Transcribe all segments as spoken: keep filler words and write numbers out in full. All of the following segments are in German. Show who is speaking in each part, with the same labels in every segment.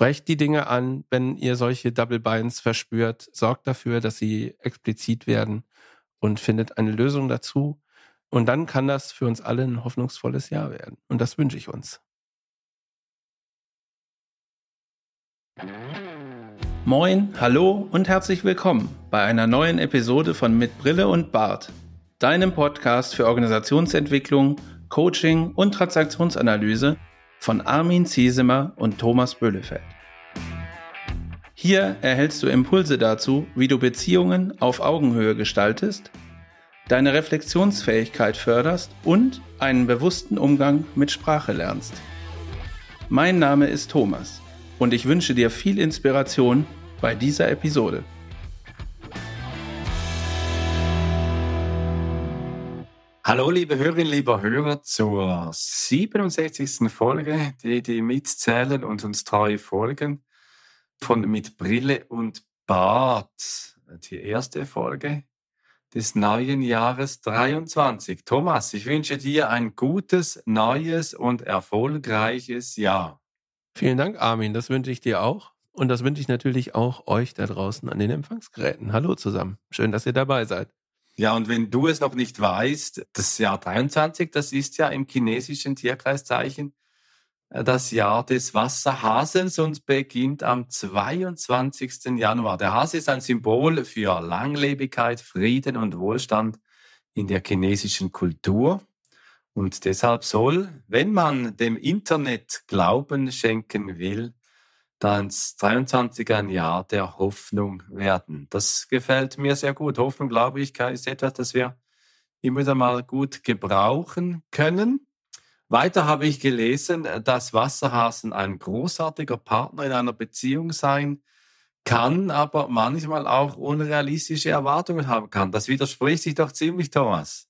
Speaker 1: Sprecht die Dinge an, wenn ihr solche Double Binds verspürt. Sorgt dafür, dass sie explizit werden und findet eine Lösung dazu. Und dann kann das für uns alle ein hoffnungsvolles Jahr werden. Und das wünsche ich uns.
Speaker 2: Moin, hallo und herzlich willkommen bei einer neuen Episode von Mit Brille und Bart, deinem Podcast für Organisationsentwicklung, Coaching und Transaktionsanalyse von Armin Ziesemer und Thomas Böhlefeld. Hier erhältst du Impulse dazu, wie du Beziehungen auf Augenhöhe gestaltest, deine Reflexionsfähigkeit förderst und einen bewussten Umgang mit Sprache lernst. Mein Name ist Thomas und ich wünsche dir viel Inspiration bei dieser Episode.
Speaker 3: Hallo liebe Hörerinnen, lieber Hörer zur siebenundsechzigsten Folge, die, die mitzählen und uns treu folgen, von Mit Brille und Bart, die erste Folge des neuen Jahres dreiundzwanzig. Thomas, ich wünsche dir ein gutes, neues und erfolgreiches Jahr.
Speaker 1: Vielen Dank, Armin. Das wünsche ich dir auch. Und das wünsche ich natürlich auch euch da draußen an den Empfangsgeräten. Hallo zusammen. Schön, dass ihr dabei seid.
Speaker 3: Ja, und wenn du es noch nicht weißt, das Jahr dreiundzwanzig, das ist ja im chinesischen Tierkreiszeichen das Jahr des Wasserhasens und beginnt am zweiundzwanzigsten Januar. Der Hase ist ein Symbol für Langlebigkeit, Frieden und Wohlstand in der chinesischen Kultur. Und deshalb soll, wenn man dem Internet Glauben schenken will, dann das dreiundzwanzig ein Jahr der Hoffnung werden. Das gefällt mir sehr gut. Hoffnung, glaube ich, ist etwas, das wir immer wieder mal gut gebrauchen können. Weiter habe ich gelesen, dass Wasserhasen ein großartiger Partner in einer Beziehung sein kann, aber manchmal auch unrealistische Erwartungen haben kann. Das widerspricht sich doch ziemlich, Thomas.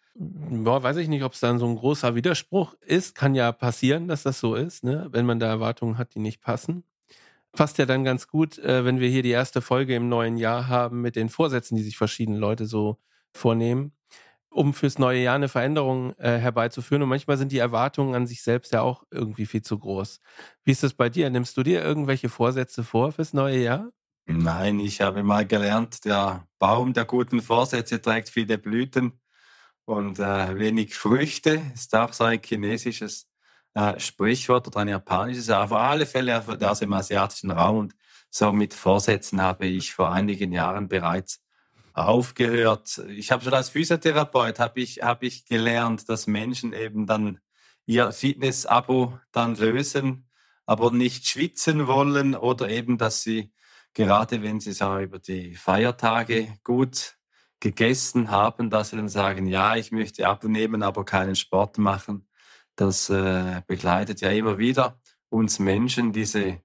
Speaker 1: Boah, weiß ich nicht, ob es dann so ein großer Widerspruch ist. Kann ja passieren, dass das so ist, ne? Wenn man da Erwartungen hat, die nicht passen. Passt ja dann ganz gut, äh, wenn wir hier die erste Folge im neuen Jahr haben mit den Vorsätzen, die sich verschiedene Leute so vornehmen, um fürs neue Jahr eine Veränderung äh, herbeizuführen. Und manchmal sind die Erwartungen an sich selbst ja auch irgendwie viel zu groß. Wie ist das bei dir? Nimmst du dir irgendwelche Vorsätze vor fürs neue Jahr?
Speaker 3: Nein, ich habe mal gelernt, der Baum der guten Vorsätze trägt viele Blüten und äh, wenig Früchte. Ist auch so ein chinesisches äh, Sprichwort oder ein japanisches, aber auf alle Fälle aus dem asiatischen Raum. Und so mit Vorsätzen habe ich vor einigen Jahren bereits aufgehört. Ich habe schon als Physiotherapeut habe ich, habe ich gelernt, dass Menschen eben dann ihr Fitness-Abo dann lösen, aber nicht schwitzen wollen oder eben, dass sie gerade wenn sie so über die Feiertage gut gegessen haben, dass sie dann sagen, ja, ich möchte abnehmen, aber keinen Sport machen. Das äh, begleitet ja immer wieder uns Menschen, diese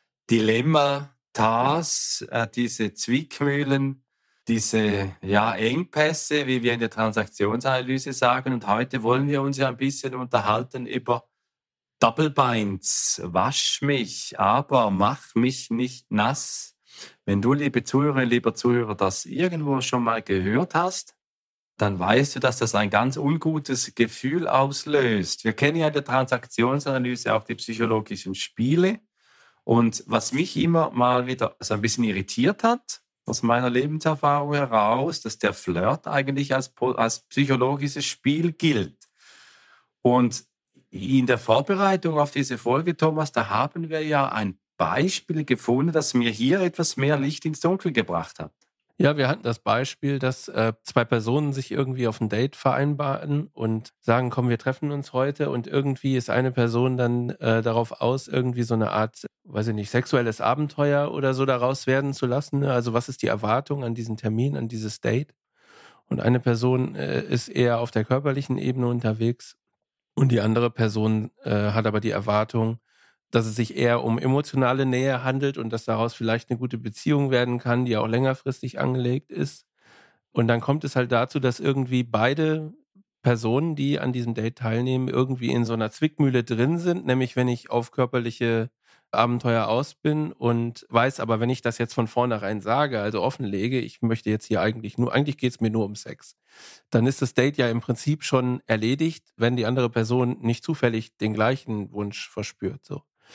Speaker 3: Dilemmatas, äh, diese Zwickmühlen, diese ja, Engpässe, wie wir in der Transaktionsanalyse sagen. Und heute wollen wir uns ja ein bisschen unterhalten über Double Binds. Wasch mich, aber mach mich nicht nass. Wenn du, liebe Zuhörerinnen, lieber Zuhörer, das irgendwo schon mal gehört hast, dann weißt du, dass das ein ganz ungutes Gefühl auslöst. Wir kennen ja in der Transaktionsanalyse auch die psychologischen Spiele. Und was mich immer mal wieder so ein bisschen irritiert hat, aus meiner Lebenserfahrung heraus, dass der Flirt eigentlich als, als psychologisches Spiel gilt. Und in der Vorbereitung auf diese Folge, Thomas, da haben wir ja ein Beispiel gefunden, das mir hier etwas mehr Licht ins Dunkel gebracht hat.
Speaker 1: Ja, wir hatten das Beispiel, dass äh, zwei Personen sich irgendwie auf ein Date vereinbaren und sagen, komm, wir treffen uns heute, und irgendwie ist eine Person dann äh, darauf aus, irgendwie so eine Art, weiß ich nicht, sexuelles Abenteuer oder so daraus werden zu lassen. Also was ist die Erwartung an diesen Termin, an dieses Date? Und eine Person äh, ist eher auf der körperlichen Ebene unterwegs und die andere Person äh, hat aber die Erwartung, dass es sich eher um emotionale Nähe handelt und dass daraus vielleicht eine gute Beziehung werden kann, die auch längerfristig angelegt ist. Und dann kommt es halt dazu, dass irgendwie beide Personen, die an diesem Date teilnehmen, irgendwie in so einer Zwickmühle drin sind, nämlich wenn ich auf körperliche Abenteuer aus bin und weiß aber, wenn ich das jetzt von vornherein sage, also offenlege, ich möchte jetzt hier eigentlich nur, eigentlich geht es mir nur um Sex, dann ist das Date ja im Prinzip schon erledigt, wenn die andere Person nicht zufällig den gleichen Wunsch verspürt. So.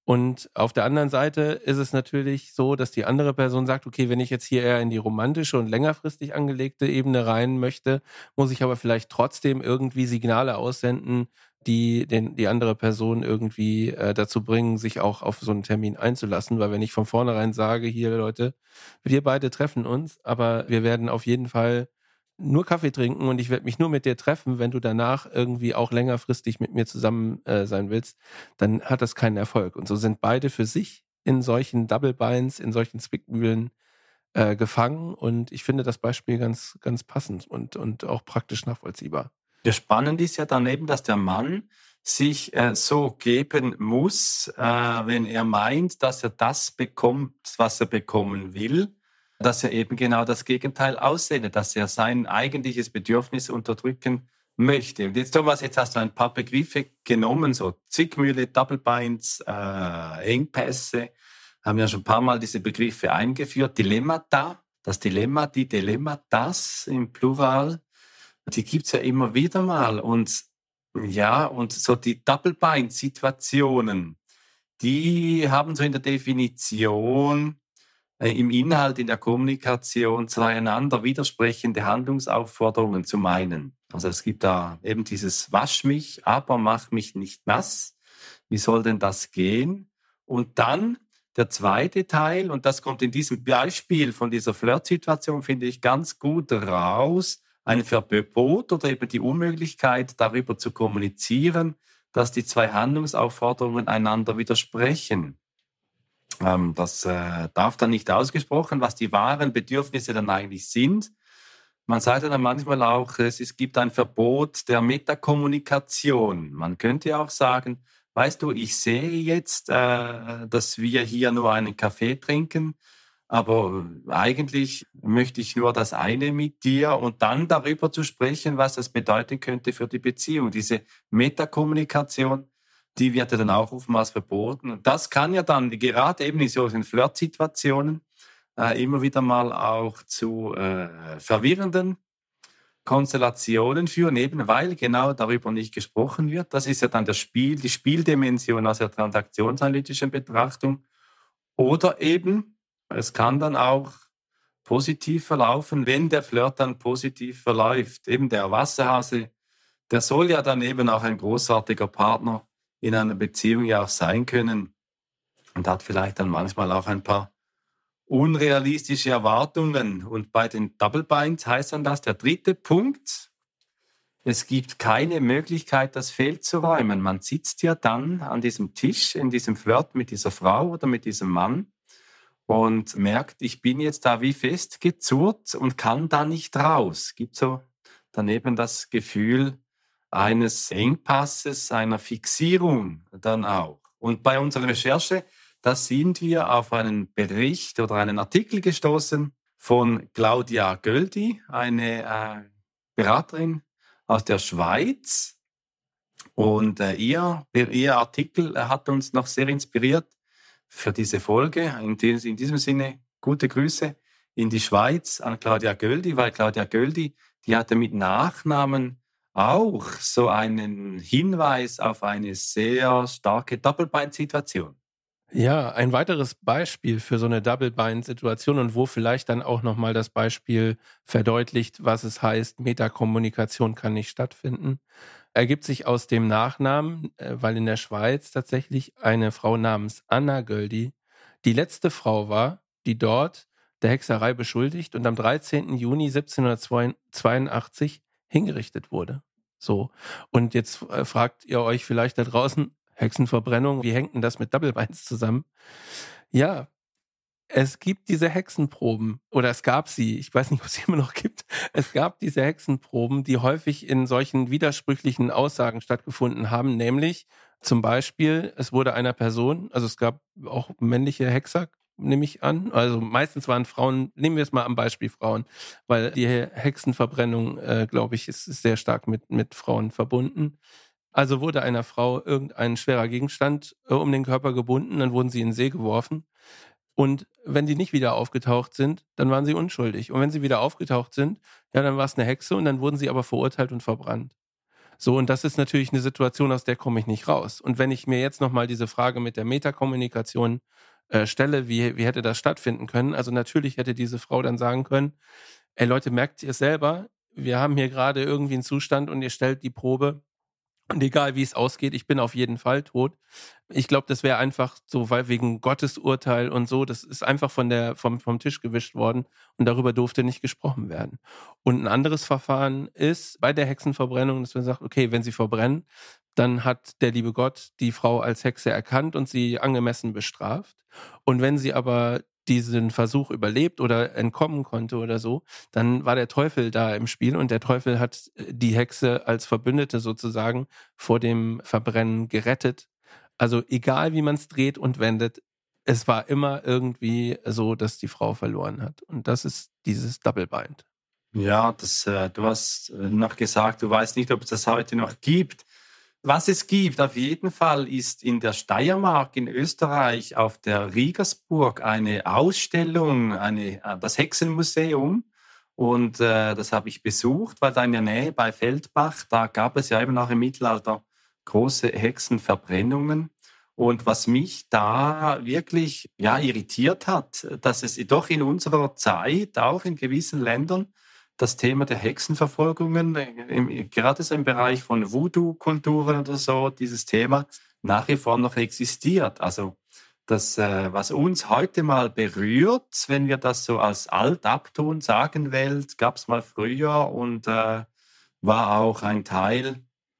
Speaker 1: Und auf der anderen Seite ist es natürlich so, dass die andere Person sagt, okay, wenn ich jetzt hier eher in die romantische und längerfristig angelegte Ebene rein möchte, muss ich aber vielleicht trotzdem irgendwie Signale aussenden, die den, die andere Person irgendwie äh, dazu bringen, sich auch auf so einen Termin einzulassen. Weil wenn ich von vornherein sage, hier Leute, wir beide treffen uns, aber wir werden auf jeden Fall nur Kaffee trinken und ich werde mich nur mit dir treffen, wenn du danach irgendwie auch längerfristig mit mir zusammen äh, sein willst, dann hat das keinen Erfolg. Und so sind beide für sich in solchen Double Binds, in solchen Zwickmühlen äh, gefangen. Und ich finde das Beispiel ganz, ganz passend und, und auch praktisch nachvollziehbar.
Speaker 3: Ja, spannend ist ja dann eben, dass der Mann sich äh, so geben muss, äh, wenn er meint, dass er das bekommt, was er bekommen will, dass er eben genau das Gegenteil aussendet, dass er sein eigentliches Bedürfnis unterdrücken möchte. Und jetzt, Thomas, jetzt hast du ein paar Begriffe genommen, so Zwickmühle, Double Binds, äh, Engpässe, haben ja schon ein paar Mal diese Begriffe eingeführt. Dilemmata, das Dilemma, die Dilemmatas im Plural, die gibt's ja immer wieder mal. Und ja, und so die Double Bind-Situationen, die haben so in der Definition im Inhalt, in der Kommunikation zwei einander widersprechende Handlungsaufforderungen zu meinen. Also es gibt da eben dieses Wasch mich, aber mach mich nicht nass. Wie soll denn das gehen? Und dann der zweite Teil, und das kommt in diesem Beispiel von dieser Flirtsituation, finde ich ganz gut raus, ein Verbot oder eben die Unmöglichkeit, darüber zu kommunizieren, dass die zwei Handlungsaufforderungen einander widersprechen. Das äh, darf dann nicht ausgesprochen, was die wahren Bedürfnisse dann eigentlich sind. Man sagt dann manchmal auch, es, es gibt ein Verbot der Metakommunikation. Man könnte auch sagen, weißt du, ich sehe jetzt, äh, dass wir hier nur einen Kaffee trinken, aber eigentlich möchte ich nur das eine mit dir und dann darüber zu sprechen, was das bedeuten könnte für die Beziehung. Diese Metakommunikation, die wird ja dann auch oftmals verboten. Und das kann ja dann gerade eben in solchen Flirtsituationen äh, immer wieder mal auch zu äh, verwirrenden Konstellationen führen, eben weil genau darüber nicht gesprochen wird. Das ist ja dann das Spiel, die Spieldimension aus der transaktionsanalytischen Betrachtung. Oder eben, es kann dann auch positiv verlaufen, wenn der Flirt dann positiv verläuft. Eben der Wasserhase, der soll ja dann eben auch ein großartiger Partner in einer Beziehung ja auch sein können und hat vielleicht dann manchmal auch ein paar unrealistische Erwartungen. Und bei den Double Binds heißt dann das, der dritte Punkt, es gibt keine Möglichkeit, das Feld zu räumen. Man sitzt ja dann an diesem Tisch, in diesem Flirt mit dieser Frau oder mit diesem Mann und merkt, ich bin jetzt da wie festgezurrt und kann da nicht raus. Gibt so daneben das Gefühl eines Engpasses, einer Fixierung dann auch. Und bei unserer Recherche, da sind wir auf einen Bericht oder einen Artikel gestoßen von Claudia Göldi, eine äh, Beraterin aus der Schweiz. Und äh, ihr, ihr Artikel hat uns noch sehr inspiriert für diese Folge. In, des, in diesem Sinne, gute Grüße in die Schweiz an Claudia Göldi, weil Claudia Göldi, die hatte mit Nachnamen auch so einen Hinweis auf eine sehr starke Double-Bind-Situation.
Speaker 1: Ja, ein weiteres Beispiel für so eine Double-Bind-Situation und wo vielleicht dann auch nochmal das Beispiel verdeutlicht, was es heißt, Metakommunikation kann nicht stattfinden, ergibt sich aus dem Nachnamen, weil in der Schweiz tatsächlich eine Frau namens Anna Göldi die letzte Frau war, die dort der Hexerei beschuldigt und am dreizehnten Juni siebzehnhundertzweiundachtzig hingerichtet wurde. So. Und jetzt äh, fragt ihr euch vielleicht da draußen, Hexenverbrennung, wie hängt denn das mit Double Binds zusammen? Ja, es gibt diese Hexenproben, oder es gab sie, ich weiß nicht, ob es sie immer noch gibt, es gab diese Hexenproben, die häufig in solchen widersprüchlichen Aussagen stattgefunden haben, nämlich zum Beispiel, es wurde einer Person, also es gab auch männliche Hexer, nehme ich an. Also meistens waren Frauen, nehmen wir es mal am Beispiel Frauen, weil die Hexenverbrennung, äh, glaube ich, ist, ist sehr stark mit, mit Frauen verbunden. Also wurde einer Frau irgendein schwerer Gegenstand äh, um den Körper gebunden, dann wurden sie in den See geworfen. Und wenn die nicht wieder aufgetaucht sind, dann waren sie unschuldig. Und wenn sie wieder aufgetaucht sind, ja, dann war es eine Hexe und dann wurden sie aber verurteilt und verbrannt. So, und das ist natürlich eine Situation, aus der komme ich nicht raus. Und wenn ich mir jetzt nochmal diese Frage mit der Metakommunikation äh, stelle, wie, wie hätte das stattfinden können? Also natürlich hätte diese Frau dann sagen können, ey Leute, merkt ihr es selber? Wir haben hier gerade irgendwie einen Zustand und ihr stellt die Probe. Und egal wie es ausgeht, ich bin auf jeden Fall tot. Ich glaube, das wäre einfach so, weil wegen Gottes Urteil und so, das ist einfach von der, vom, vom Tisch gewischt worden und darüber durfte nicht gesprochen werden. Und ein anderes Verfahren ist bei der Hexenverbrennung, dass man sagt, okay, wenn sie verbrennen, dann hat der liebe Gott die Frau als Hexe erkannt und sie angemessen bestraft. Und wenn sie aber diesen Versuch überlebt oder entkommen konnte oder so, dann war der Teufel da im Spiel und der Teufel hat die Hexe als Verbündete sozusagen vor dem Verbrennen gerettet. Also egal wie man es dreht und wendet, es war immer irgendwie so, dass die Frau verloren hat. Und das ist dieses Double Bind.
Speaker 3: Ja, das, äh, du hast äh, noch gesagt, du weißt nicht, ob es das heute noch gibt. Was es gibt, auf jeden Fall, ist in der Steiermark in Österreich auf der Riegersburg eine Ausstellung, eine, das Hexenmuseum. Und äh, das habe ich besucht, weil da in der Nähe bei Feldbach, da gab es ja eben auch im Mittelalter große Hexenverbrennungen. Und was mich da wirklich ja, irritiert hat, dass es doch in unserer Zeit, auch in gewissen Ländern, das Thema der Hexenverfolgungen, im, gerade so im Bereich von Voodoo-Kulturen oder so, dieses Thema nach wie vor noch existiert. Also das, äh, was uns heute mal berührt, wenn wir das so als alt abtun, Sagenwelt, gab es mal früher und äh, war auch ein Teil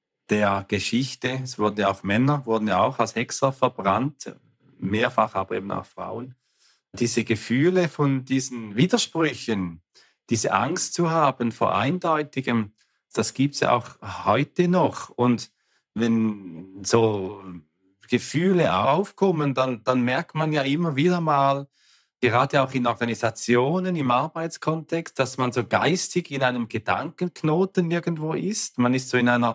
Speaker 3: der Geschichte. Es wurden ja auch Männer, wurden ja auch als Hexer verbrannt, mehrfach aber eben auch Frauen. Diese Gefühle von diesen Widersprüchen, diese Angst zu haben vor Eindeutigem, das gibt es ja auch heute noch. Und wenn so Gefühle aufkommen, dann, dann merkt man ja immer wieder mal, gerade auch in Organisationen, im Arbeitskontext, dass man so geistig in einem Gedankenknoten irgendwo ist. Man ist so in einer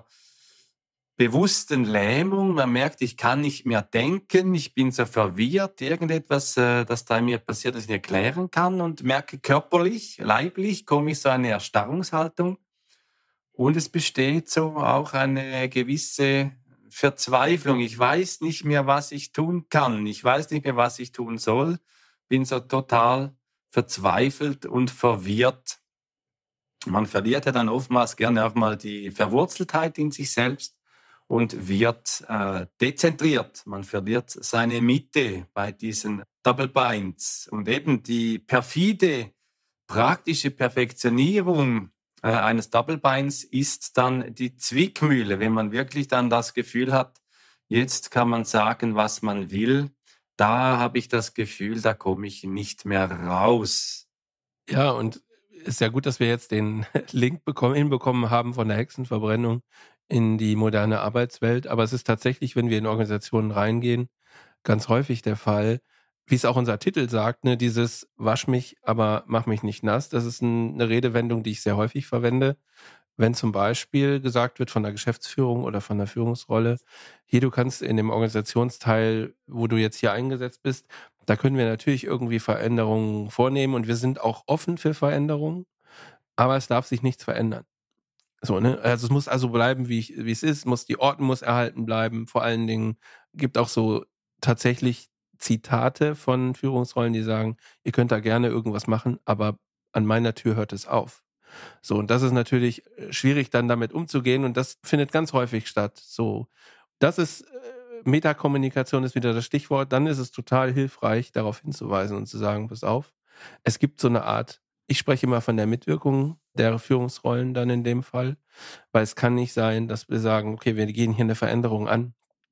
Speaker 3: bewussten Lähmung. Man merkt, ich kann nicht mehr denken, ich bin so verwirrt, irgendetwas, äh, das da in mir passiert, das ich nicht erklären kann und merke körperlich, leiblich, komme ich so eine Erstarrungshaltung und es besteht so auch eine gewisse Verzweiflung. Ich weiß nicht mehr, was ich tun kann, ich weiß nicht mehr, was ich tun soll, bin so total verzweifelt und verwirrt. Man verliert ja dann oftmals gerne auch mal die Verwurzeltheit in sich selbst und wird äh, dezentriert. Man verliert seine Mitte bei diesen Double Binds. Und eben die perfide, praktische Perfektionierung äh, eines Double Binds ist dann die Zwickmühle, wenn man wirklich dann das Gefühl hat, jetzt kann man sagen, was man will. Da habe ich das Gefühl, da komme ich nicht mehr raus.
Speaker 1: Ja, und ist ja gut, dass wir jetzt den Link bekommen, hinbekommen haben von der Hexenverbrennung in die moderne Arbeitswelt. Aber es ist tatsächlich, wenn wir in Organisationen reingehen, ganz häufig der Fall, wie es auch unser Titel sagt, ne, dieses wasch mich, aber mach mich nicht nass. Das ist ein, eine Redewendung, die ich sehr häufig verwende. Wenn zum Beispiel gesagt wird von der Geschäftsführung oder von der Führungsrolle, hier, du kannst in dem Organisationsteil, wo du jetzt hier eingesetzt bist, da können wir natürlich irgendwie Veränderungen vornehmen und wir sind auch offen für Veränderungen, aber es darf sich nichts verändern. So, ne? Also es muss also bleiben, wie, ich, wie es ist, muss die Ordnung muss erhalten bleiben. Vor allen Dingen gibt auch so tatsächlich Zitate von Führungsrollen, die sagen, ihr könnt da gerne irgendwas machen, aber an meiner Tür hört es auf. So, und das ist natürlich schwierig, dann damit umzugehen und das findet ganz häufig statt. So, das ist, äh, Metakommunikation ist wieder das Stichwort, dann ist es total hilfreich, darauf hinzuweisen und zu sagen, pass auf, es gibt so eine Art, ich spreche immer von der Mitwirkung der Führungsrollen dann in dem Fall, weil es kann nicht sein, dass wir sagen, okay, wir gehen hier eine Veränderung an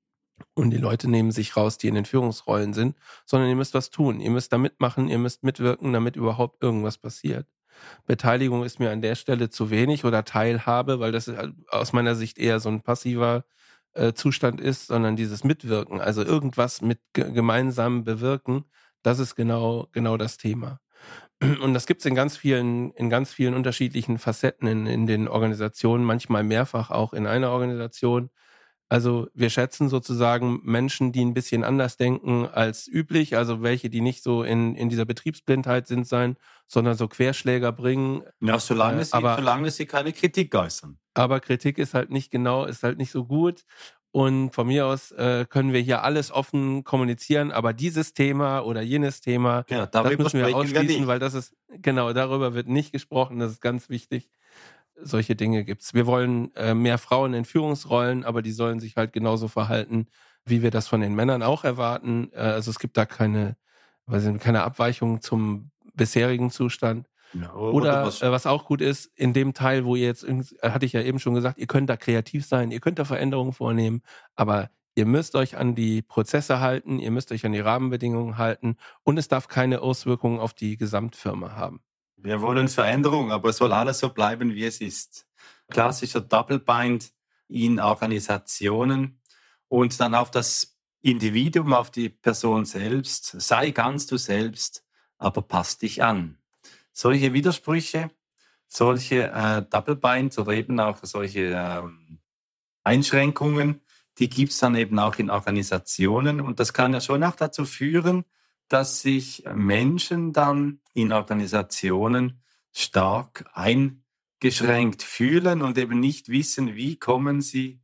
Speaker 1: und die Leute nehmen sich raus, die in den Führungsrollen sind, sondern ihr müsst was tun, ihr müsst da mitmachen, ihr müsst mitwirken, damit überhaupt irgendwas passiert. Beteiligung ist mir an der Stelle zu wenig oder Teilhabe, weil das aus meiner Sicht eher so ein passiver äh, Zustand ist, sondern dieses Mitwirken, also irgendwas mit ge- gemeinsam bewirken, das ist genau genau das Thema. Und das gibt es in ganz vielen in ganz vielen unterschiedlichen Facetten in, in den Organisationen, manchmal mehrfach auch in einer Organisation. Also wir schätzen sozusagen Menschen, die ein bisschen anders denken als üblich, also welche, die nicht so in, in dieser Betriebsblindheit sind sein, sondern so Querschläger bringen.
Speaker 3: Ja, solange,
Speaker 1: Äh,
Speaker 3: sie,
Speaker 1: aber-
Speaker 3: solange sie keine Kritik äußern.
Speaker 1: Aber Kritik ist halt nicht genau, ist halt nicht so gut. Und von mir aus äh, können wir hier alles offen kommunizieren, aber dieses Thema oder jenes Thema,
Speaker 3: Ja,
Speaker 1: das
Speaker 3: darüber
Speaker 1: müssen wir
Speaker 3: sprechen wir
Speaker 1: ausschließen,
Speaker 3: nicht.
Speaker 1: weil das ist, genau, darüber wird nicht gesprochen, das ist ganz wichtig. Solche Dinge gibt's. Wir wollen äh, mehr Frauen in Führungsrollen, aber die sollen sich halt genauso verhalten, wie wir das von den Männern auch erwarten. Äh, also es gibt da keine, weiß nicht, keine Abweichung zum bisherigen Zustand.
Speaker 3: Ja,
Speaker 1: Oder
Speaker 3: was,
Speaker 1: äh, was auch gut ist, in dem Teil, wo ihr jetzt, irgend- äh, hatte ich ja eben schon gesagt, ihr könnt da kreativ sein, ihr könnt da Veränderungen vornehmen, aber ihr müsst euch an die Prozesse halten, ihr müsst euch an die Rahmenbedingungen halten und es darf keine Auswirkungen auf die Gesamtfirma haben.
Speaker 3: wir wollen Veränderung, aber es soll alles so bleiben, wie es ist. Klassischer Double Bind in Organisationen und dann auf das Individuum, auf die Person selbst. Sei ganz du selbst, aber passt dich an. Solche Widersprüche, solche äh, Double Binds oder eben auch solche ähm, Einschränkungen, die gibt es dann eben auch in Organisationen. Und das kann ja schon auch dazu führen, dass sich Menschen dann in Organisationen stark eingeschränkt fühlen und eben nicht wissen, wie kommen sie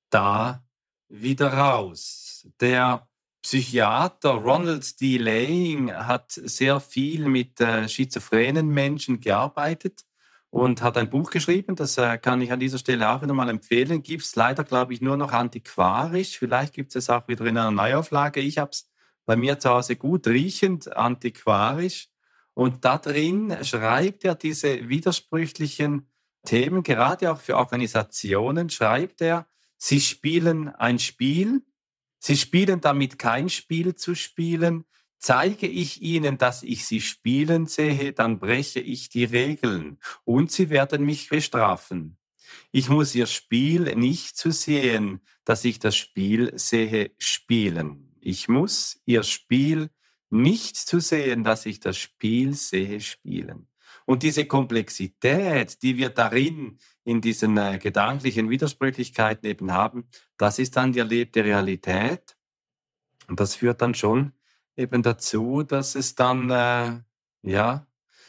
Speaker 3: da wieder raus. Der Psychiater Ronald D. Lang hat sehr viel mit äh, schizophrenen Menschen gearbeitet und hat ein Buch geschrieben, das äh, kann ich an dieser Stelle auch wieder mal empfehlen. Gibt es leider, glaube ich, nur noch antiquarisch. Vielleicht gibt es auch wieder in einer Neuauflage. Ich habe es bei mir zu Hause gut riechend, antiquarisch. Und da drin schreibt er diese widersprüchlichen Themen, gerade auch für Organisationen, schreibt er, sie spielen ein Spiel, sie spielen damit kein Spiel zu spielen. Zeige ich ihnen, dass ich sie spielen sehe, dann breche ich die Regeln und sie werden mich bestrafen. Ich muss ihr Spiel nicht zu sehen, dass ich das Spiel sehe, spielen. Ich muss ihr Spiel nicht zu sehen, dass ich das Spiel sehe, spielen. Und diese Komplexität, die wir darin in diesen äh, gedanklichen Widersprüchlichkeiten eben haben, das ist dann die erlebte Realität. Und das führt dann schon eben dazu, dass es dann äh, ja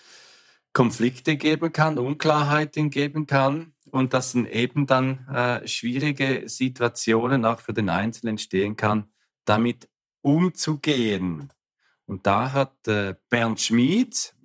Speaker 3: Konflikte geben kann, Unklarheiten geben kann und dass eben dann äh, schwierige Situationen auch für den Einzelnen entstehen kann, damit umzugehen. Und da hat äh, Bernd Schmid,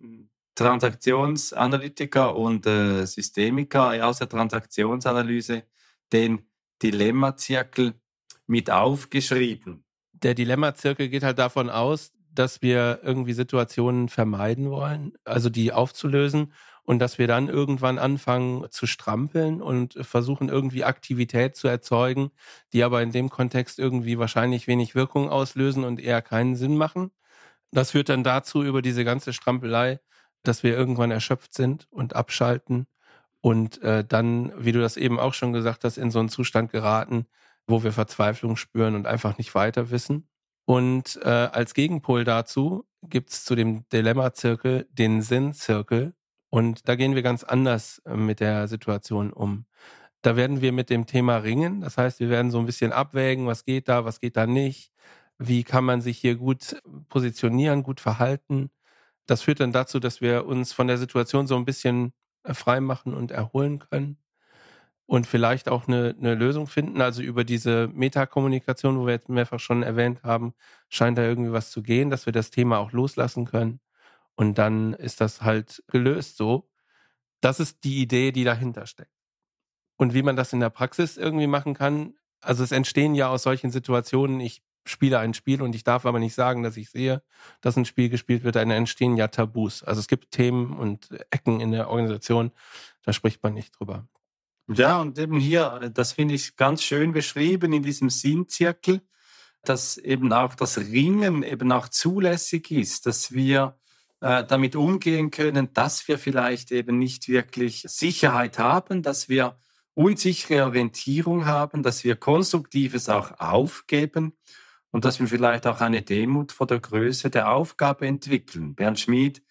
Speaker 3: Transaktionsanalytiker und äh, Systemiker aus der Transaktionsanalyse, den Dilemma-Zirkel mit aufgeschrieben.
Speaker 1: Der Dilemma-Zirkel geht halt davon aus, dass wir irgendwie Situationen vermeiden wollen, also die aufzulösen und dass wir dann irgendwann anfangen zu strampeln und versuchen irgendwie Aktivität zu erzeugen, die aber in dem Kontext irgendwie wahrscheinlich wenig Wirkung auslösen und eher keinen Sinn machen. Das führt dann dazu über diese ganze Strampelei, dass wir irgendwann erschöpft sind und abschalten und äh, dann, wie du das eben auch schon gesagt hast, in so einen Zustand geraten, wo wir Verzweiflung spüren und einfach nicht weiter wissen. Und äh, als Gegenpol dazu gibt es zu dem Dilemma-Zirkel den Sinn-Zirkel. Und da gehen wir ganz anders äh, mit der Situation um. Da werden wir mit dem Thema ringen. Das heißt, wir werden so ein bisschen abwägen, was geht da, was geht da nicht. Wie kann man sich hier gut positionieren, gut verhalten. Das führt dann dazu, dass wir uns von der Situation so ein bisschen frei machen und erholen können. Und vielleicht auch eine, eine Lösung finden. Also über diese Metakommunikation, wo wir jetzt mehrfach schon erwähnt haben, scheint da irgendwie was zu gehen, dass wir das Thema auch loslassen können. Und dann ist das halt gelöst so. Das ist die Idee, die dahinter steckt. Und wie man das in der Praxis irgendwie machen kann, also es entstehen ja aus solchen Situationen, ich spiele ein Spiel und ich darf aber nicht sagen, dass ich sehe, dass ein Spiel gespielt wird, dann entstehen ja Tabus. Also es gibt Themen und Ecken in der Organisation, da spricht man nicht drüber.
Speaker 3: Ja, und eben hier, das finde ich ganz schön beschrieben in diesem Sinnzirkel, dass eben auch das Ringen eben auch zulässig ist, dass wir äh, damit umgehen können, dass wir vielleicht eben nicht wirklich Sicherheit haben, dass wir unsichere Orientierung haben, dass wir Konstruktives auch aufgeben und dass wir vielleicht auch eine Demut vor der Größe der Aufgabe entwickeln. Bernd Schmid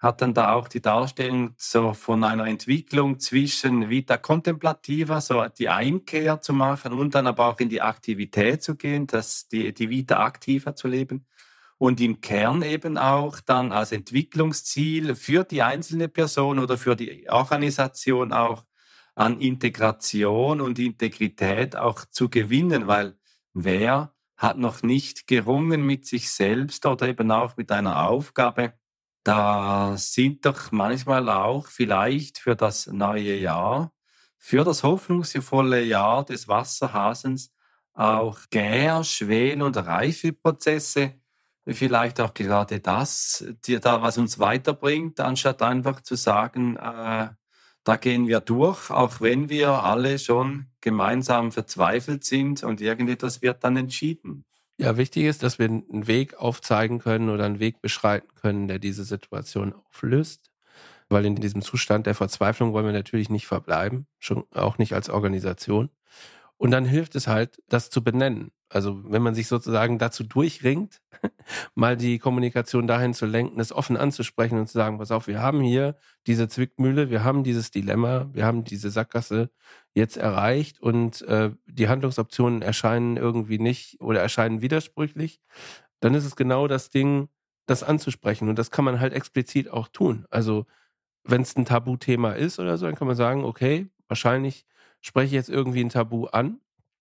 Speaker 3: hat dann da auch die Darstellung so von einer Entwicklung zwischen Vita Contemplativa, so die Einkehr zu machen und dann aber auch in die Aktivität zu gehen, das, die, die Vita Activa zu leben. Und im Kern eben auch dann als Entwicklungsziel für die einzelne Person oder für die Organisation auch an Integration und Integrität auch zu gewinnen, weil wer hat noch nicht gerungen mit sich selbst oder eben auch mit einer Aufgabe? Da sind doch manchmal auch vielleicht für das neue Jahr, für das hoffnungsvolle Jahr des Wasserhasens auch Gär-, Schwel- und Reifeprozesse, vielleicht auch gerade das, die da was uns weiterbringt, anstatt einfach zu sagen, äh, da gehen wir durch, auch wenn wir alle schon gemeinsam verzweifelt sind und irgendetwas wird dann entschieden.
Speaker 1: Ja, wichtig ist, dass wir einen Weg aufzeigen können oder einen Weg beschreiten können, der diese Situation auflöst. Weil in diesem Zustand der Verzweiflung wollen wir natürlich nicht verbleiben, schon auch nicht als Organisation. Und dann hilft es halt, das zu benennen. Also wenn man sich sozusagen dazu durchringt, mal die Kommunikation dahin zu lenken, es offen anzusprechen und zu sagen, pass auf, wir haben hier diese Zwickmühle, wir haben dieses Dilemma, wir haben diese Sackgasse jetzt erreicht und äh, die Handlungsoptionen erscheinen irgendwie nicht oder erscheinen widersprüchlich, dann ist es genau das Ding, das anzusprechen. Und das kann man halt explizit auch tun. Also wenn es ein Tabuthema ist oder so, dann kann man sagen, okay, wahrscheinlich spreche ich jetzt irgendwie ein Tabu an.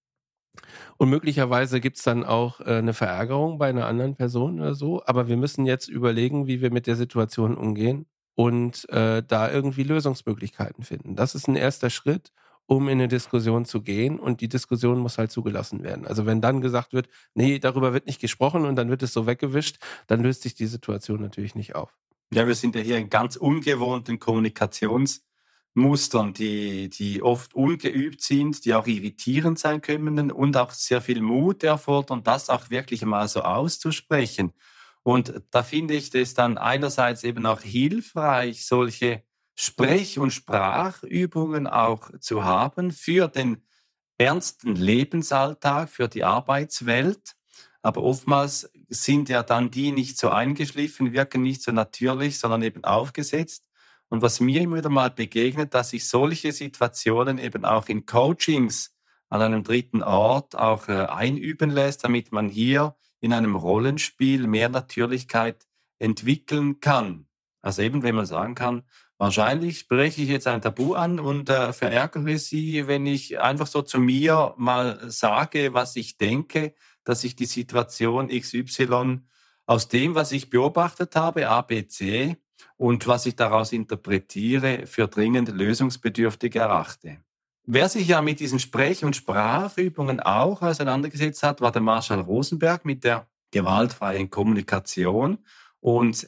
Speaker 1: Und möglicherweise gibt es dann auch äh, eine Verärgerung bei einer anderen Person oder so. Aber wir müssen jetzt überlegen, wie wir mit der Situation umgehen und äh, da irgendwie Lösungsmöglichkeiten finden. Das ist ein erster Schritt, um in eine Diskussion zu gehen. Und die Diskussion muss halt zugelassen werden. Also wenn dann gesagt wird, nee, darüber wird nicht gesprochen und dann wird es so weggewischt, dann löst sich die Situation natürlich nicht auf.
Speaker 3: Ja, wir sind ja hier in ganz ungewohnten Kommunikationsmustern, die, die oft ungeübt sind, die auch irritierend sein können und auch sehr viel Mut erfordern, das auch wirklich mal so auszusprechen. Und da finde ich das dann einerseits eben auch hilfreich, solche Sprech- und Sprachübungen auch zu haben für den ernsten Lebensalltag, für die Arbeitswelt. Aber oftmals sind ja dann die nicht so eingeschliffen, wirken nicht so natürlich, sondern eben aufgesetzt. Und was mir immer wieder mal begegnet, dass sich solche Situationen eben auch in Coachings an einem dritten Ort auch äh, einüben lässt, damit man hier in einem Rollenspiel mehr Natürlichkeit entwickeln kann. Also eben, wenn man sagen kann, wahrscheinlich spreche ich jetzt ein Tabu an und äh, verärgere Sie, wenn ich einfach so zu mir mal sage, was ich denke, dass ich die Situation X Y aus dem, was ich beobachtet habe, A, B, C, und was ich daraus interpretiere, für dringend lösungsbedürftig erachte. Wer sich ja mit diesen Sprech- und Sprachübungen auch auseinandergesetzt hat, war der Marshall Rosenberg mit der gewaltfreien Kommunikation. Und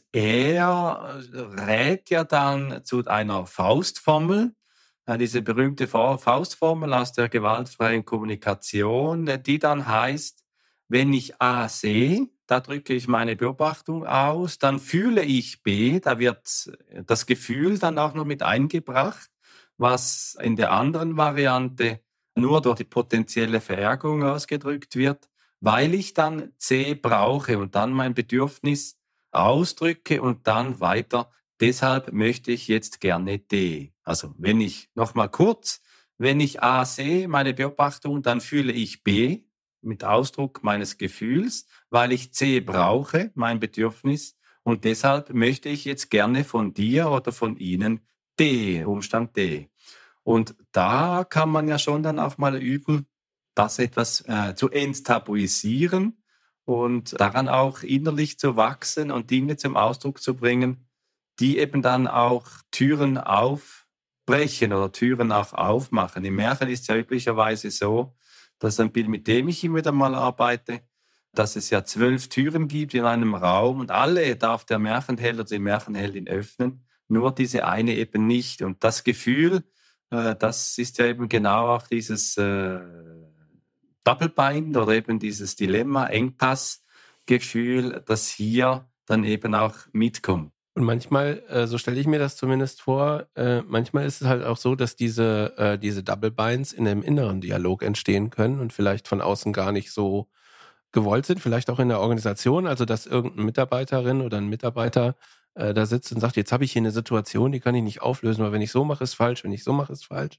Speaker 3: er rät ja dann zu einer Faustformel, diese berühmte Faustformel aus der gewaltfreien Kommunikation, die dann heißt, wenn ich A sehe, da drücke ich meine Beobachtung aus, dann fühle ich B, da wird das Gefühl dann auch noch mit eingebracht, was in der anderen Variante nur durch die potenzielle Verärgerung ausgedrückt wird, weil ich dann C brauche und dann mein Bedürfnis ausdrücke und dann weiter, deshalb möchte ich jetzt gerne D. Also wenn ich, nochmal kurz, wenn ich A sehe, meine Beobachtung, dann fühle ich B, mit Ausdruck meines Gefühls, weil ich C brauche, mein Bedürfnis, und deshalb möchte ich jetzt gerne von dir oder von Ihnen D, Umstand D. Und da kann man ja schon dann auch mal üben, das etwas äh, zu enttabuisieren und daran auch innerlich zu wachsen und Dinge zum Ausdruck zu bringen, die eben dann auch Türen aufbrechen oder Türen auch aufmachen. Im Märchen ist es ja üblicherweise so, das ist ein Bild, mit dem ich immer wieder mal arbeite, dass es ja zwölf Türen gibt in einem Raum und alle darf der Märchenheld oder die Märchenheldin öffnen, nur diese eine eben nicht. Und das Gefühl, äh, das ist ja eben genau auch dieses äh, Double Bind oder eben dieses Dilemma, Engpass-Gefühl, das hier dann eben auch mitkommt.
Speaker 1: Und manchmal, äh, so stelle ich mir das zumindest vor, äh, manchmal ist es halt auch so, dass diese, äh, diese Double Binds in einem inneren Dialog entstehen können und vielleicht von außen gar nicht so gewollt sind, vielleicht auch in der Organisation, also dass irgendeine Mitarbeiterin oder ein Mitarbeiter äh, da sitzt und sagt, jetzt habe ich hier eine Situation, die kann ich nicht auflösen, weil wenn ich so mache, ist falsch, wenn ich so mache, ist falsch.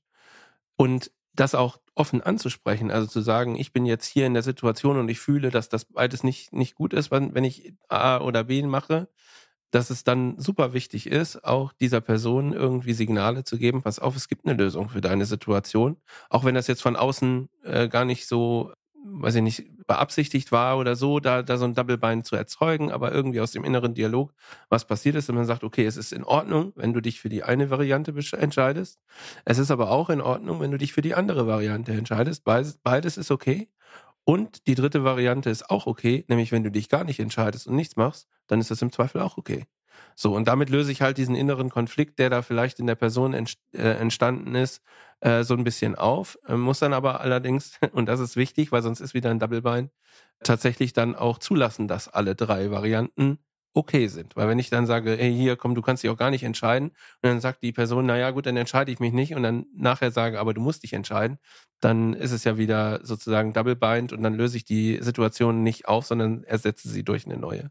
Speaker 1: Und das auch offen anzusprechen, also zu sagen, ich bin jetzt hier in der Situation und ich fühle, dass das beides nicht, nicht gut ist, wenn, wenn ich A oder B mache, dass es dann super wichtig ist, auch dieser Person irgendwie Signale zu geben, pass auf, es gibt eine Lösung für deine Situation, auch wenn das jetzt von außen äh, gar nicht so, weiß ich nicht, beabsichtigt war oder so, da, da so ein Double-Bind zu erzeugen, aber irgendwie aus dem inneren Dialog, was passiert ist, und man sagt, okay, es ist in Ordnung, wenn du dich für die eine Variante entscheidest, es ist aber auch in Ordnung, wenn du dich für die andere Variante entscheidest, beides, beides ist okay. Und die dritte Variante ist auch okay, nämlich wenn du dich gar nicht entscheidest und nichts machst, dann ist das im Zweifel auch okay. So, und damit löse ich halt diesen inneren Konflikt, der da vielleicht in der Person ent, äh, entstanden ist, äh, so ein bisschen auf, äh, muss dann aber allerdings, und das ist wichtig, weil sonst ist wieder ein Double-Bind, tatsächlich dann auch zulassen, dass alle drei Varianten okay sind. Weil wenn ich dann sage, hey, hier, komm, du kannst dich auch gar nicht entscheiden, und dann sagt die Person, naja, gut, dann entscheide ich mich nicht, und dann nachher sage, aber du musst dich entscheiden, dann ist es ja wieder sozusagen Double-Bind, und dann löse ich die Situation nicht auf, sondern ersetze sie durch eine neue.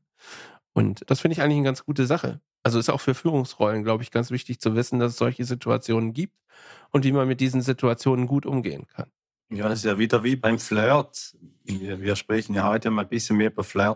Speaker 1: Und das finde ich eigentlich eine ganz gute Sache. Also ist auch für Führungsrollen, glaube ich, ganz wichtig zu wissen, dass es solche Situationen gibt und wie man mit diesen Situationen gut umgehen kann.
Speaker 3: Ja, das ist ja wieder wie beim Flirt. Wir, wir sprechen ja heute mal ein bisschen mehr über Flirt,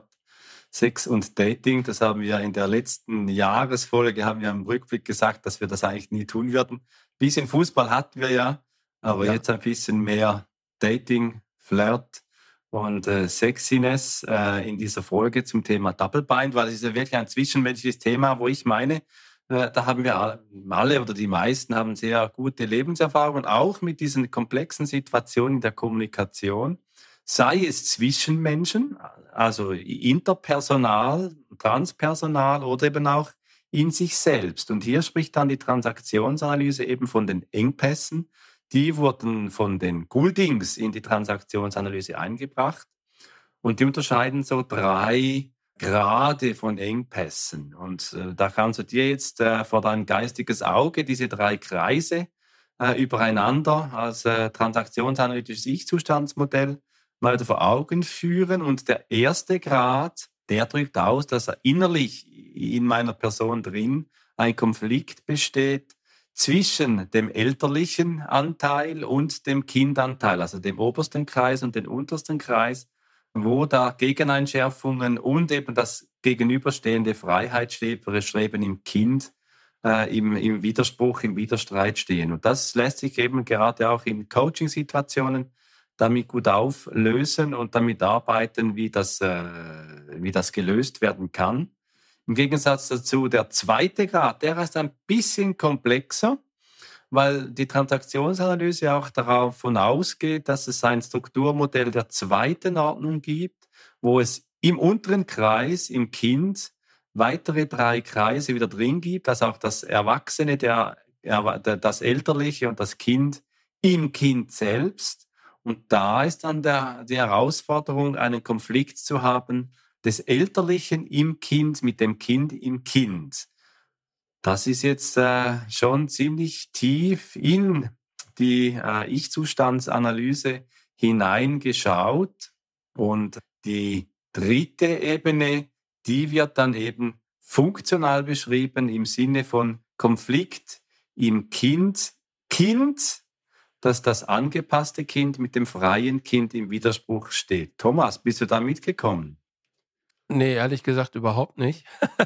Speaker 3: Sex und Dating. Das haben wir in der letzten Jahresfolge, haben wir im Rückblick gesagt, dass wir das eigentlich nie tun würden. Ein bisschen Fußball hatten wir ja, aber ja. Jetzt ein bisschen mehr Dating, Flirt und äh, Sexiness äh, in dieser Folge zum Thema Double-Bind, weil es ist ja wirklich ein zwischenmenschliches Thema, wo ich meine, äh, da haben wir alle oder die meisten haben sehr gute Lebenserfahrungen, auch mit diesen komplexen Situationen der Kommunikation, sei es zwischen Menschen, also interpersonal, transpersonal oder eben auch in sich selbst. Und hier spricht dann die Transaktionsanalyse eben von den Engpässen. Die wurden von den Gouldings in die Transaktionsanalyse eingebracht und die unterscheiden so drei Grade von Engpässen. Und äh, da kannst du dir jetzt äh, vor dein geistiges Auge diese drei Kreise äh, übereinander als äh, transaktionsanalytisches Ich-Zustandsmodell mal wieder vor Augen führen. Und der erste Grad, der drückt aus, dass er innerlich in meiner Person drin ein Konflikt besteht zwischen dem elterlichen Anteil und dem Kindanteil, also dem obersten Kreis und dem untersten Kreis, wo da Gegeneinschärfungen und eben das gegenüberstehende Freiheitsstreben im Kind äh, im, im Widerspruch, im Widerstreit stehen. Und das lässt sich eben gerade auch in Coaching-Situationen damit gut auflösen und damit arbeiten, wie das, äh, wie das gelöst werden kann. Im Gegensatz dazu der zweite Grad, der ist ein bisschen komplexer, weil die Transaktionsanalyse auch davon ausgeht, dass es ein Strukturmodell der zweiten Ordnung gibt, wo es im unteren Kreis, im Kind, weitere drei Kreise wieder drin gibt, dass auch das Erwachsene, der, das Elterliche und das Kind im Kind selbst. Und da ist dann der, die Herausforderung, einen Konflikt zu haben, des Elterlichen im Kind mit dem Kind im Kind. Das ist jetzt äh, schon ziemlich tief in die äh, Ich-Zustandsanalyse hineingeschaut. Und die dritte Ebene, die wird dann eben funktional beschrieben im Sinne von Konflikt im Kind. Kind, dass das angepasste Kind mit dem freien Kind im Widerspruch steht. Thomas, bist du da mitgekommen?
Speaker 1: Nee, ehrlich gesagt überhaupt nicht.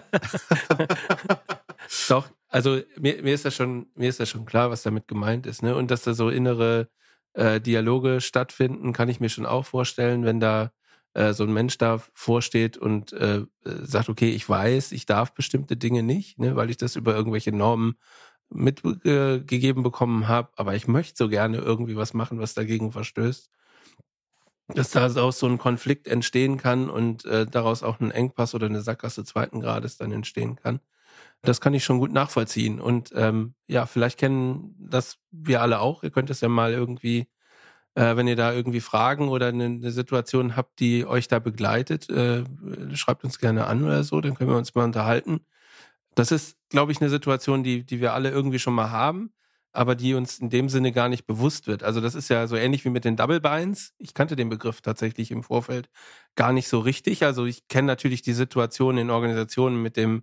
Speaker 1: Doch, also mir, mir ist das schon, mir ist das schon klar, was damit gemeint ist, ne? Und dass da so innere äh, Dialoge stattfinden, kann ich mir schon auch vorstellen, wenn da äh, so ein Mensch da vorsteht und äh, sagt, okay, ich weiß, ich darf bestimmte Dinge nicht, ne, weil ich das über irgendwelche Normen mitgegeben äh, bekommen habe, aber ich möchte so gerne irgendwie was machen, was dagegen verstößt. Dass da auch so ein Konflikt entstehen kann und äh, daraus auch ein Engpass oder eine Sackgasse zweiten Grades dann entstehen kann. Das kann ich schon gut nachvollziehen. Und ähm, ja, vielleicht kennen das wir alle auch. Ihr könnt es ja mal irgendwie, äh, wenn ihr da irgendwie Fragen oder eine, eine Situation habt, die euch da begleitet, äh, schreibt uns gerne an oder so, dann können wir uns mal unterhalten. Das ist, glaube ich, eine Situation, die, die wir alle irgendwie schon mal haben, aber die uns in dem Sinne gar nicht bewusst wird. Also das ist ja so ähnlich wie mit den Double Binds. Ich kannte den Begriff tatsächlich im Vorfeld gar nicht so richtig. Also ich kenne natürlich die Situation in Organisationen mit dem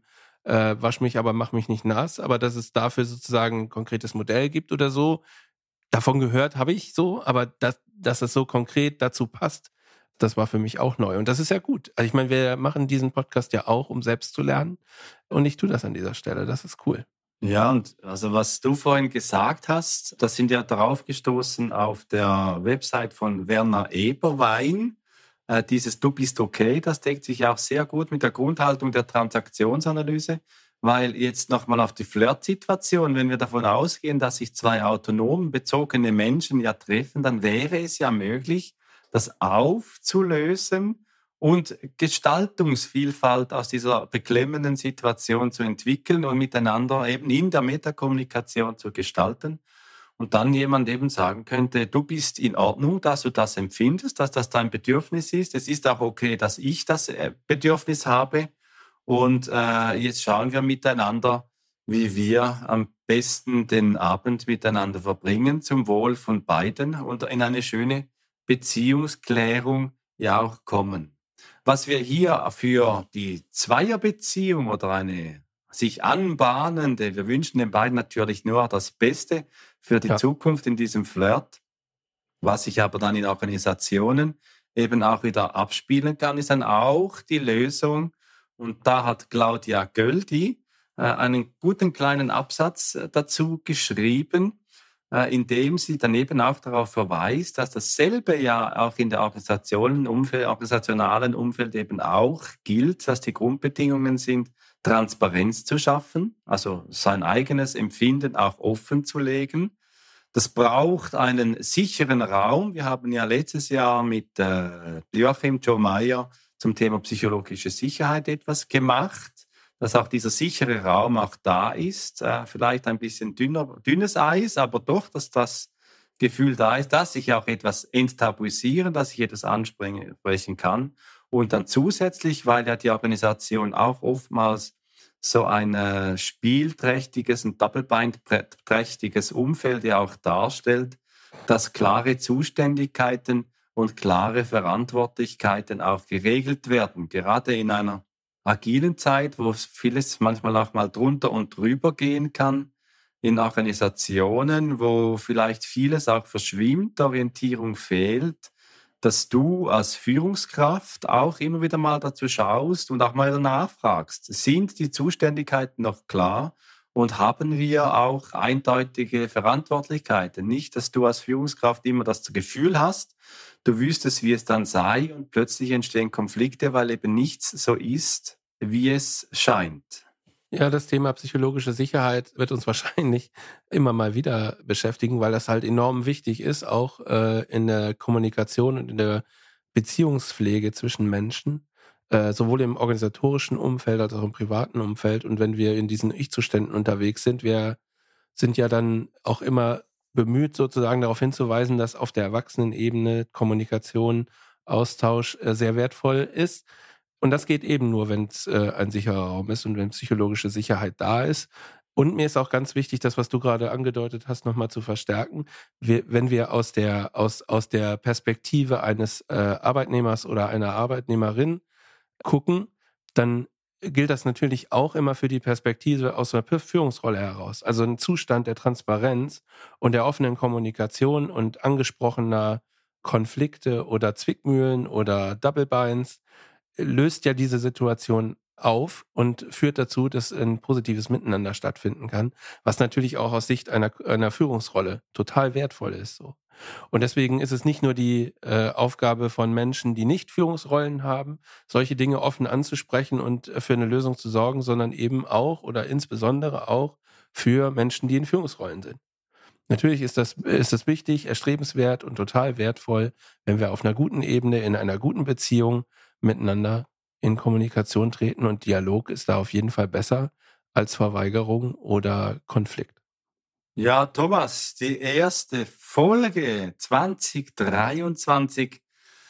Speaker 1: äh, wasch mich, aber mach mich nicht nass, aber dass es dafür sozusagen ein konkretes Modell gibt oder so, davon gehört habe ich so, aber dass, dass es so konkret dazu passt, das war für mich auch neu. Und das ist ja gut. Also ich meine, wir machen diesen Podcast ja auch, um selbst zu lernen. Und ich tue das an dieser Stelle. Das ist cool.
Speaker 3: Ja, und also was du vorhin gesagt hast, da sind ja drauf gestoßen auf der Website von Werner Eberwein. Äh, dieses Du bist okay, das deckt sich auch sehr gut mit der Grundhaltung der Transaktionsanalyse, weil jetzt nochmal auf die Flirt-Situation, wenn wir davon ausgehen, dass sich zwei autonom bezogene Menschen ja treffen, dann wäre es ja möglich, das aufzulösen und Gestaltungsvielfalt aus dieser beklemmenden Situation zu entwickeln und miteinander eben in der Metakommunikation zu gestalten. Und dann jemand eben sagen könnte, du bist in Ordnung, dass du das empfindest, dass das dein Bedürfnis ist. Es ist auch okay, dass ich das Bedürfnis habe. Und äh, jetzt schauen wir miteinander, wie wir am besten den Abend miteinander verbringen, zum Wohl von beiden und in eine schöne Beziehungsklärung ja auch kommen. Was wir hier für die Zweierbeziehung oder eine sich anbahnende, wir wünschen den beiden natürlich nur das Beste für die ja. Zukunft in diesem Flirt, was sich aber dann in Organisationen eben auch wieder abspielen kann, ist dann auch die Lösung. Und da hat Claudia Göldi äh, einen guten kleinen Absatz äh, dazu geschrieben, äh, in dem sie daneben auch darauf verweist, dass dasselbe ja auch in der organisationalen Umfeld, organisationalen Umfeld eben auch gilt, dass die Grundbedingungen sind, Transparenz zu schaffen, also sein eigenes Empfinden auch offen zu legen. Das braucht einen sicheren Raum. Wir haben ja letztes Jahr mit äh, Joachim Joe Meyer zum Thema psychologische Sicherheit etwas gemacht, dass auch dieser sichere Raum auch da ist. Äh, vielleicht ein bisschen dünner, dünnes Eis, aber doch, dass das Gefühl da ist, dass ich auch etwas enttabuisieren, dass ich etwas ansprechen kann. Und dann zusätzlich, weil ja die Organisation auch oftmals so ein äh, spielträchtiges und double-bind-trächtiges Umfeld ja auch darstellt, dass klare Zuständigkeiten und klare Verantwortlichkeiten auch geregelt werden. Gerade in einer agilen Zeit, wo vieles manchmal auch mal drunter und drüber gehen kann, in Organisationen, wo vielleicht vieles auch verschwimmt, Orientierung fehlt, dass du als Führungskraft auch immer wieder mal dazu schaust und auch mal nachfragst, sind die Zuständigkeiten noch klar und haben wir auch eindeutige Verantwortlichkeiten? Nicht, dass du als Führungskraft immer das Gefühl hast, du wüsstest, wie es dann sei und plötzlich entstehen Konflikte, weil eben nichts so ist, wie es scheint.
Speaker 1: Ja, das Thema psychologische Sicherheit wird uns wahrscheinlich immer mal wieder beschäftigen, weil das halt enorm wichtig ist, auch äh, in der Kommunikation und in der Beziehungspflege zwischen Menschen, äh, sowohl im organisatorischen Umfeld als auch im privaten Umfeld. Und wenn wir in diesen Ich-Zuständen unterwegs sind, wir sind ja dann auch immer bemüht, sozusagen darauf hinzuweisen, dass auf der Erwachsenenebene Kommunikation, Austausch äh, sehr wertvoll ist. Und das geht eben nur, wenn es äh, ein sicherer Raum ist und wenn psychologische Sicherheit da ist. Und mir ist auch ganz wichtig, das, was du gerade angedeutet hast, nochmal zu verstärken. Wir, wenn wir aus der, aus, aus der Perspektive eines äh, Arbeitnehmers oder einer Arbeitnehmerin gucken, dann gilt das natürlich auch immer für die Perspektive aus einer Führungsrolle heraus. Also ein Zustand der Transparenz und der offenen Kommunikation und angesprochener Konflikte oder Zwickmühlen oder Double Binds löst ja diese Situation auf und führt dazu, dass ein positives Miteinander stattfinden kann, was natürlich auch aus Sicht einer, einer Führungsrolle total wertvoll ist. So. Und deswegen ist es nicht nur die äh, Aufgabe von Menschen, die nicht Führungsrollen haben, solche Dinge offen anzusprechen und für eine Lösung zu sorgen, sondern eben auch oder insbesondere auch für Menschen, die in Führungsrollen sind. Natürlich ist das, ist das wichtig, erstrebenswert und total wertvoll, wenn wir auf einer guten Ebene, in einer guten Beziehung miteinander in Kommunikation treten und Dialog ist da auf jeden Fall besser als Verweigerung oder Konflikt.
Speaker 3: Ja, Thomas, die erste Folge zwanzig dreiundzwanzig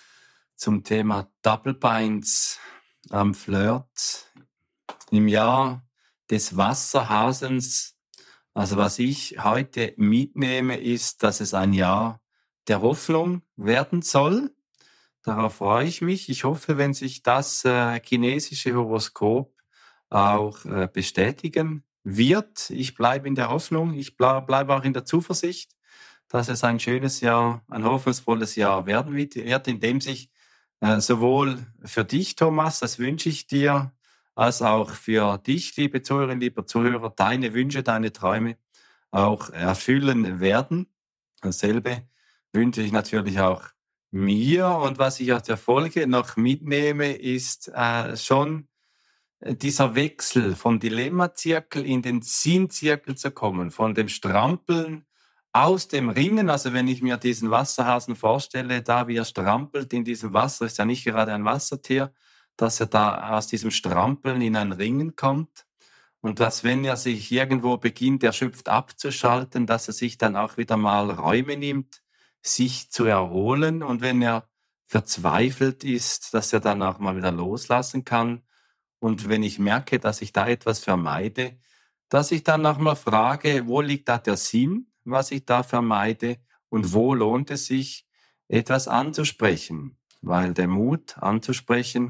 Speaker 3: zum Thema Double Binds am Flirt im Jahr des Wasserhasens. Also was ich heute mitnehme, ist, dass es ein Jahr der Hoffnung werden soll. Darauf freue ich mich. Ich hoffe, wenn sich das äh, chinesische Horoskop auch äh, bestätigen wird. Ich bleibe in der Hoffnung, ich ble- bleibe auch in der Zuversicht, dass es ein schönes Jahr, ein hoffnungsvolles Jahr werden wird, in dem sich äh, sowohl für dich, Thomas, das wünsche ich dir, als auch für dich, liebe Zuhörerinnen, liebe Zuhörer, deine Wünsche, deine Träume auch erfüllen werden. Dasselbe wünsche ich natürlich auch mir. Und was ich aus der Folge noch mitnehme, ist äh, schon dieser Wechsel vom Dilemmazirkel in den Sinnzirkel zu kommen, von dem Strampeln aus dem Ringen. Also wenn ich mir diesen Wasserhasen vorstelle, da wie er strampelt in diesem Wasser, ist ja nicht gerade ein Wassertier, dass er da aus diesem Strampeln in ein Ringen kommt. Und dass, wenn er sich irgendwo beginnt, erschöpft abzuschalten, dass er sich dann auch wieder mal Räume nimmt, sich zu erholen. Und wenn er verzweifelt ist, dass er dann auch mal wieder loslassen kann. Und wenn ich merke, dass ich da etwas vermeide, dass ich dann auch mal frage, wo liegt da der Sinn, was ich da vermeide, und wo lohnt es sich, etwas anzusprechen? Weil der Mut anzusprechen,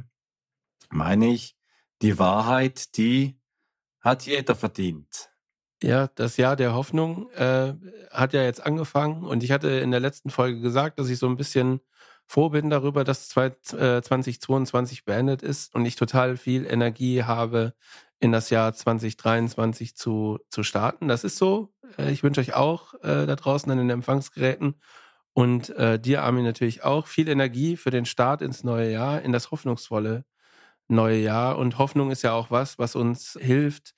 Speaker 3: meine ich, die Wahrheit, die hat jeder verdient.
Speaker 1: Ja, das Jahr der Hoffnung äh, hat ja jetzt angefangen, und ich hatte in der letzten Folge gesagt, dass ich so ein bisschen froh bin darüber, dass zwanzig zweiundzwanzig beendet ist und ich total viel Energie habe, in das Jahr zwanzig dreiundzwanzig zu, zu starten. Das ist so. Äh, ich wünsche euch auch äh, da draußen an den Empfangsgeräten und äh, dir, Armin, natürlich auch viel Energie für den Start ins neue Jahr, in das hoffnungsvolle neue Jahr. Und Hoffnung ist ja auch was, was uns hilft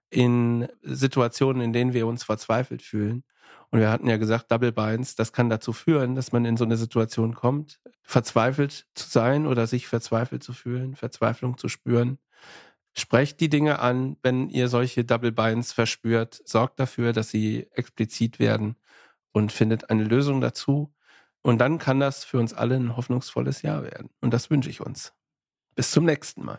Speaker 1: in Situationen, in denen wir uns verzweifelt fühlen. Und wir hatten ja gesagt, Double Binds, das kann dazu führen, dass man in so eine Situation kommt, verzweifelt zu sein oder sich verzweifelt zu fühlen, Verzweiflung zu spüren. Sprecht die Dinge an, wenn ihr solche Double Binds verspürt. Sorgt dafür, dass sie explizit werden und findet eine Lösung dazu. Und dann kann das für uns alle ein hoffnungsvolles Jahr werden. Und das wünsche ich uns. Bis zum nächsten Mal.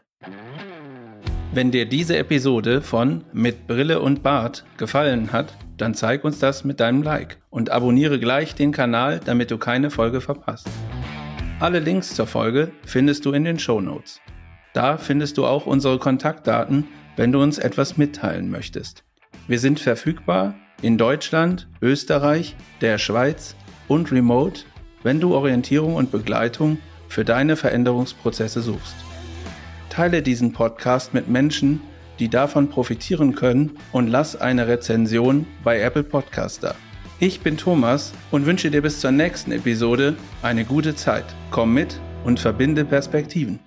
Speaker 2: Wenn dir diese Episode von Mit Brille und Bart gefallen hat, dann zeig uns das mit deinem Like und abonniere gleich den Kanal, damit du keine Folge verpasst. Alle Links zur Folge findest du in den Shownotes. Da findest du auch unsere Kontaktdaten, wenn du uns etwas mitteilen möchtest. Wir sind verfügbar in Deutschland, Österreich, der Schweiz und remote, wenn du Orientierung und Begleitung für deine Veränderungsprozesse suchst. Teile diesen Podcast mit Menschen, die davon profitieren können, und lass eine Rezension bei Apple Podcast da. Ich bin Thomas und wünsche dir bis zur nächsten Episode eine gute Zeit. Komm mit und verbinde Perspektiven.